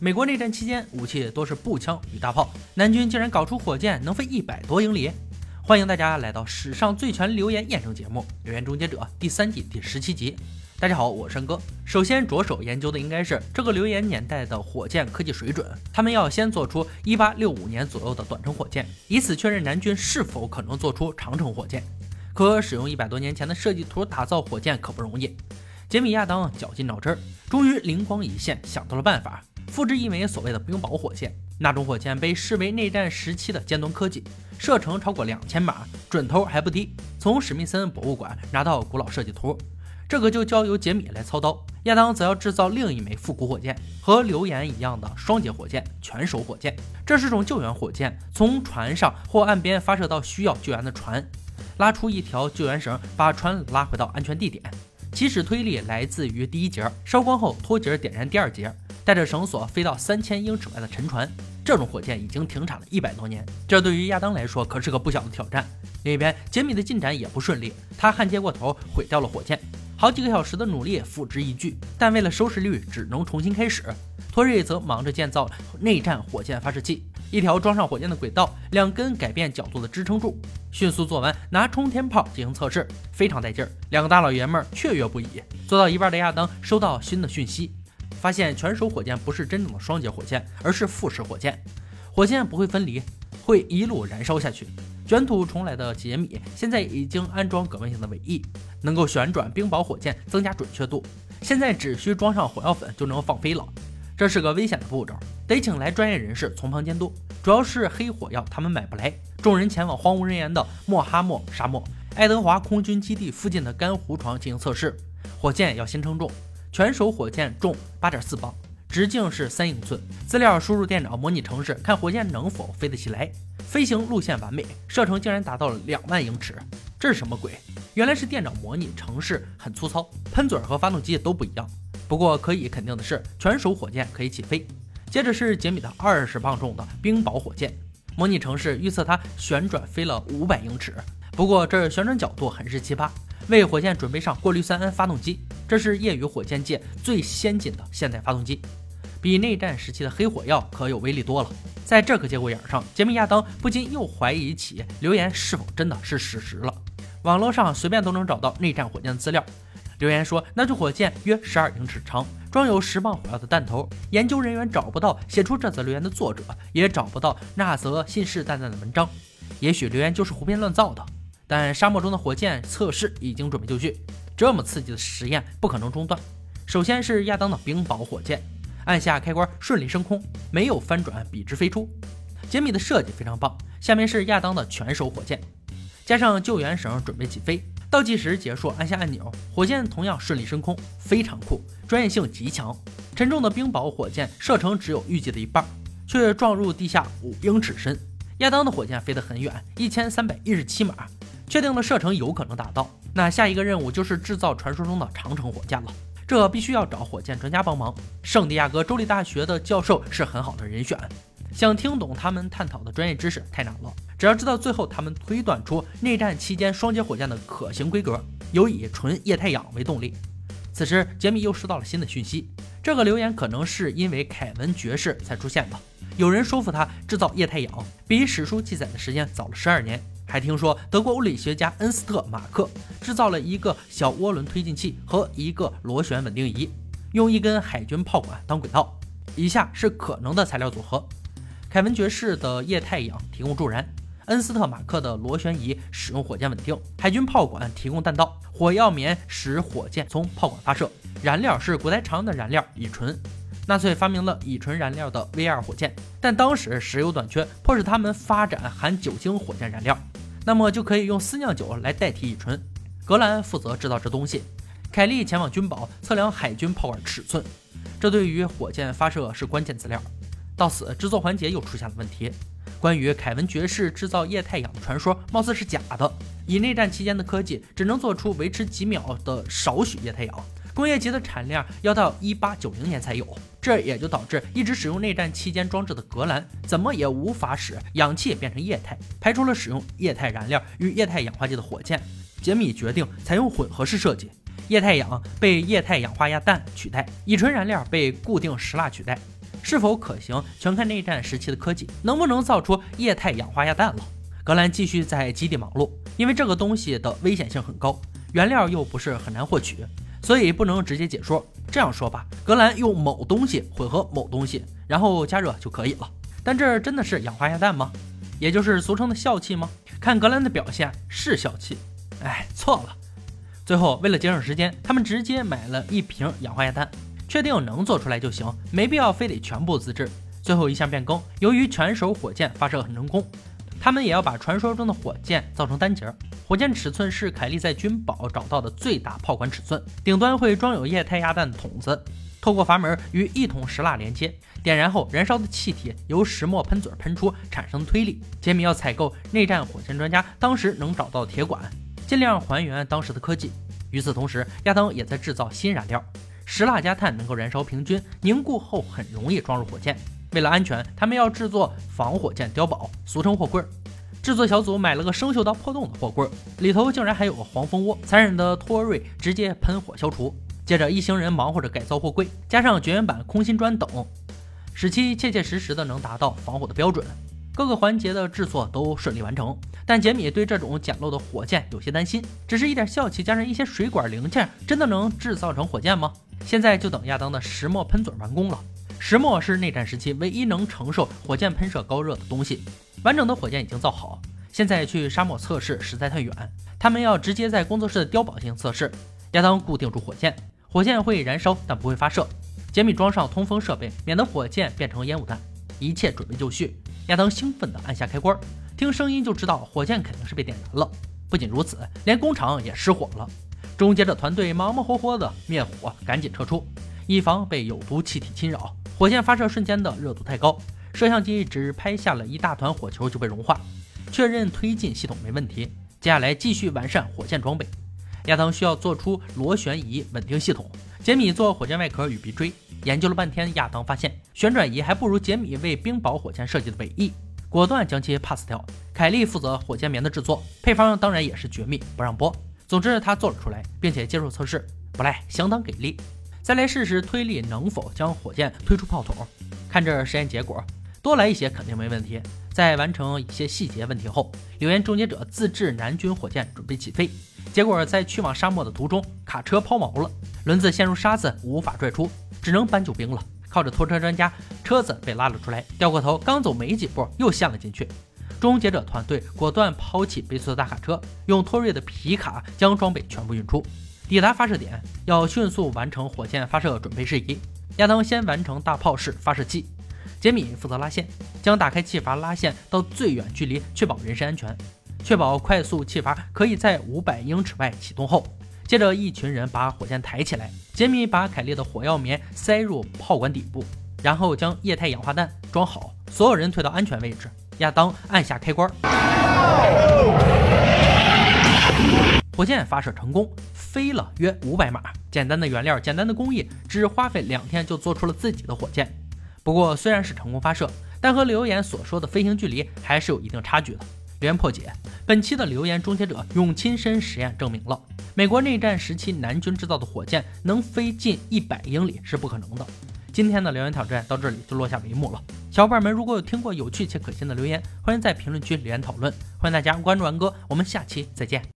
美国内战期间，武器多是步枪与大炮，南军竟然搞出火箭能飞100多英里。欢迎大家来到史上最全留言验证节目《留言终结者》第3季第17集。大家好，我是申哥。首先着手研究的应该是这个留言年代的火箭科技水准，他们要先做出1865年左右的短程火箭，以此确认南军是否可能做出长程火箭。可使用100多年前的设计图打造火箭可不容易。杰米亚当绞尽脑汁，终于灵光一现，想到了办法，复制一枚所谓的冰雹火箭。那种火箭被视为内战时期的尖端科技，射程超过2000码，准头还不低。从史密森博物馆拿到古老设计图，这个就交由杰米来操刀。亚当则要制造另一枚复古火箭，和流言一样的双节火箭——全手火箭。这是种救援火箭，从船上或岸边发射到需要救援的船，拉出一条救援绳，把船拉回到安全地点。起始推力来自于第一节，烧光后脱节点燃第二节，带着绳索飞到3000英尺外的沉船。这种火箭已经停产了100多年，这对于亚当来说可是个不小的挑战。另一边，杰米的进展也不顺利，他焊接过头，毁掉了火箭。好几个小时的努力付之一炬，但为了收视率，只能重新开始。托瑞则忙着建造内战火箭发射器，一条装上火箭的轨道，2根改变角度的支撑柱。迅速做完，拿冲天炮进行测试，非常带劲儿。2个大老爷们儿雀跃不已。做到一半的亚当收到新的讯息，发现全手火箭不是真正的双节火箭，而是复式火箭。火箭不会分离，会一路燃烧下去。卷土重来的杰米现在已经安装革命性的尾翼，能够旋转冰雹火箭，增加准确度。现在只需装上火药粉就能放飞了。这是个危险的步骤，得请来专业人士从旁监督。主要是黑火药他们买不来，众人前往荒无人烟的莫哈默沙漠，爱德华空军基地附近的干湖床进行测试。火箭要先称重，全手火箭重8.4磅，直径是3英寸。资料输入电脑模拟程式，看火箭能否飞得起来。飞行路线完美，射程竟然达到了2万英尺，这是什么鬼？原来是电脑模拟程式很粗糙，喷嘴和发动机都不一样。不过可以肯定的是，全手火箭可以起飞。接着是杰米的20磅重的冰雹火箭，模拟程式预测它旋转飞了500英尺。不过这旋转角度很是奇葩，为火箭准备上过氯酸铵发动机，这是业余火箭界最先进的现代发动机，比内战时期的黑火药可有威力多了。在这个节骨眼上，杰米亚当不禁又怀疑起留言是否真的是事实了。网络上随便都能找到内战火箭的资料，留言说那支火箭约12英尺长，装有10磅火药的弹头。研究人员找不到写出这则留言的作者，也找不到那则信誓旦旦的文章。也许留言就是胡编乱造的，但沙漠中的火箭测试已经准备就绪，这么刺激的实验不可能中断。首先是亚当的冰雹火箭，按下开关顺利升空，没有翻转笔直飞出。杰米的设计非常棒。下面是亚当的全手火箭，加上救援绳准备起飞，倒计时结束按下按钮，火箭同样顺利升空，非常酷，专业性极强。沉重的冰雹火箭射程只有预计的一半，却撞入地下5英尺深。亚当的火箭飞得很远，1317码，确定的射程有可能达到。那下一个任务就是制造传说中的长程火箭了，这必须要找火箭专家帮忙。圣地亚哥州立大学的教授是很好的人选。想听懂他们探讨的专业知识太难了，只要知道最后他们推断出内战期间双节火箭的可行规格，有以纯液态氧为动力。此时杰米又收到了新的讯息，这个留言可能是因为凯文爵士才出现的。有人说服他制造液态氧，比史书记载的时间早了12年。还听说德国物理学家恩斯特马克制造了一个小涡轮推进器和一个螺旋稳定仪，用一根海军炮管当轨道。以下是可能的材料组合：凯文爵士的液态氧提供助燃，恩斯特马克的螺旋仪使用火箭稳定，海军炮管提供弹道，火药棉使火箭从炮管发射，燃料是古代常用的燃料乙醇。纳粹发明了乙醇燃料的 V2 火箭，但当时石油短缺，迫使他们发展含酒精火箭燃料，那么就可以用私酿酒来代替乙醇。格兰负责制造这东西，凯利前往军堡测量海军炮管尺寸，这对于火箭发射是关键资料。到此制作环节又出现了问题，关于凯文爵士制造液态氧的传说貌似是假的，以内战期间的科技只能做出维持几秒的少许液态氧，工业级的产量要到1890年才有。这也就导致一直使用内战期间装置的格兰怎么也无法使氧气变成液态，排除了使用液态燃料与液态氧化剂的火箭。杰米决定采用混合式设计，液态氧被液态氧化鸭氮取代，乙醇燃料被固定石蜡取代。 是否可行，全看内战时期的科技能不能造出液态氧化亚氮了。格兰继续在基地忙碌，因为这个东西的危险性很高，原料又不是很难获取，所以不能直接解说。这样说吧，格兰用某东西混合某东西，然后加热就可以了。但这真的是氧化亚氮吗？也就是俗称的笑气吗？看格兰的表现是笑气，错了。最后为了节省时间，他们直接买了1瓶氧化亚氮，确定能做出来就行，没必要非得全部自制。最后一项变更，由于全手火箭发射很成功，他们也要把传说中的火箭造成单节。火箭尺寸是凯利在军堡找到的最大炮管尺寸，顶端会装有液态亚氮的筒子，透过阀门与一桶石蜡连接，点燃后燃烧的气体由石墨喷嘴喷出，产生推力。杰米要采购内战火箭专家当时能找到的铁管，尽量还原当时的科技。与此同时，亚当也在制造新燃料，石蜡加碳能够燃烧平均，凝固后很容易装入火箭。为了安全，他们要制作防火箭碉堡，俗称货柜。制作小组买了个生锈到破洞的货柜，里头竟然还有个黄蜂窝，残忍的托瑞直接喷火消除。接着一行人忙活着改造货柜，加上绝缘板、空心砖等，使其切切实实的能达到防火的标准。各个环节的制作都顺利完成，但杰米对这种简陋的火箭有些担心，只是一点笑气加上一些水管零件，真的能制造成火箭吗？现在就等亚当的石墨喷嘴完工了。石墨是内战时期唯一能承受火箭喷射高热的东西，完整的火箭已经造好，现在去沙漠测试实在太远，他们要直接在工作室的碉堡进行测试。亚当固定住火箭，火箭会燃烧但不会发射。杰米装上通风设备，免得火箭变成烟雾弹。一切准备就绪，亚当兴奋地按下开关，听声音就知道火箭肯定是被点燃了。不仅如此，连工厂也失火了。终结者团队忙忙活活的灭火，赶紧撤出，以防被有毒气体侵扰。火箭发射瞬间的热度太高，摄像机只拍下了一大团火球就被融化，确认推进系统没问题。接下来继续完善火箭装备，亚当需要做出螺旋仪稳定系统，杰米做火箭外壳与鼻锥。研究了半天，亚当发现旋转仪还不如杰米为冰雹火箭设计的伟意，果断将其 pass 掉。凯利负责火箭棉的制作，配方当然也是绝密，不让播。总之他做了出来，并且接受测试，不赖，相当给力。再来试试推力能否将火箭推出炮筒，看这实验结果，多来一些肯定没问题。在完成一些细节问题后，流言终结者自制南军火箭准备起飞，结果在去往沙漠的途中，卡车抛锚了，轮子陷入沙子无法拽出，只能搬救兵了。靠着拖车专家，车子被拉了出来，掉过头，刚走没几步又陷了进去。终结者团队果断抛弃悲催的大卡车，用托瑞的皮卡将装备全部运出。抵达发射点，要迅速完成火箭发射准备事宜。亚当先完成大炮式发射器，杰米负责拉线，将打开气阀拉线到最远距离，确保人身安全，确保快速气阀可以在500英尺外启动后。接着一群人把火箭抬起来，杰米把凯利的火药棉塞入炮管底部，然后将液态氧化氮装好，所有人退到安全位置。亚当按下开关，火箭发射成功，飞了约500码。简单的原料，简单的工艺，只花费2天就做出了自己的火箭。不过虽然是成功发射，但和流言所说的飞行距离还是有一定差距的。流言破解，本期的流言终结者用亲身实验证明了美国内战时期南军制造的火箭能飞近100英里是不可能的。今天的留言挑战到这里就落下帷幕了。小伙伴们如果有听过有趣且可信的留言，欢迎在评论区留言讨论。欢迎大家关注安哥，我们下期再见。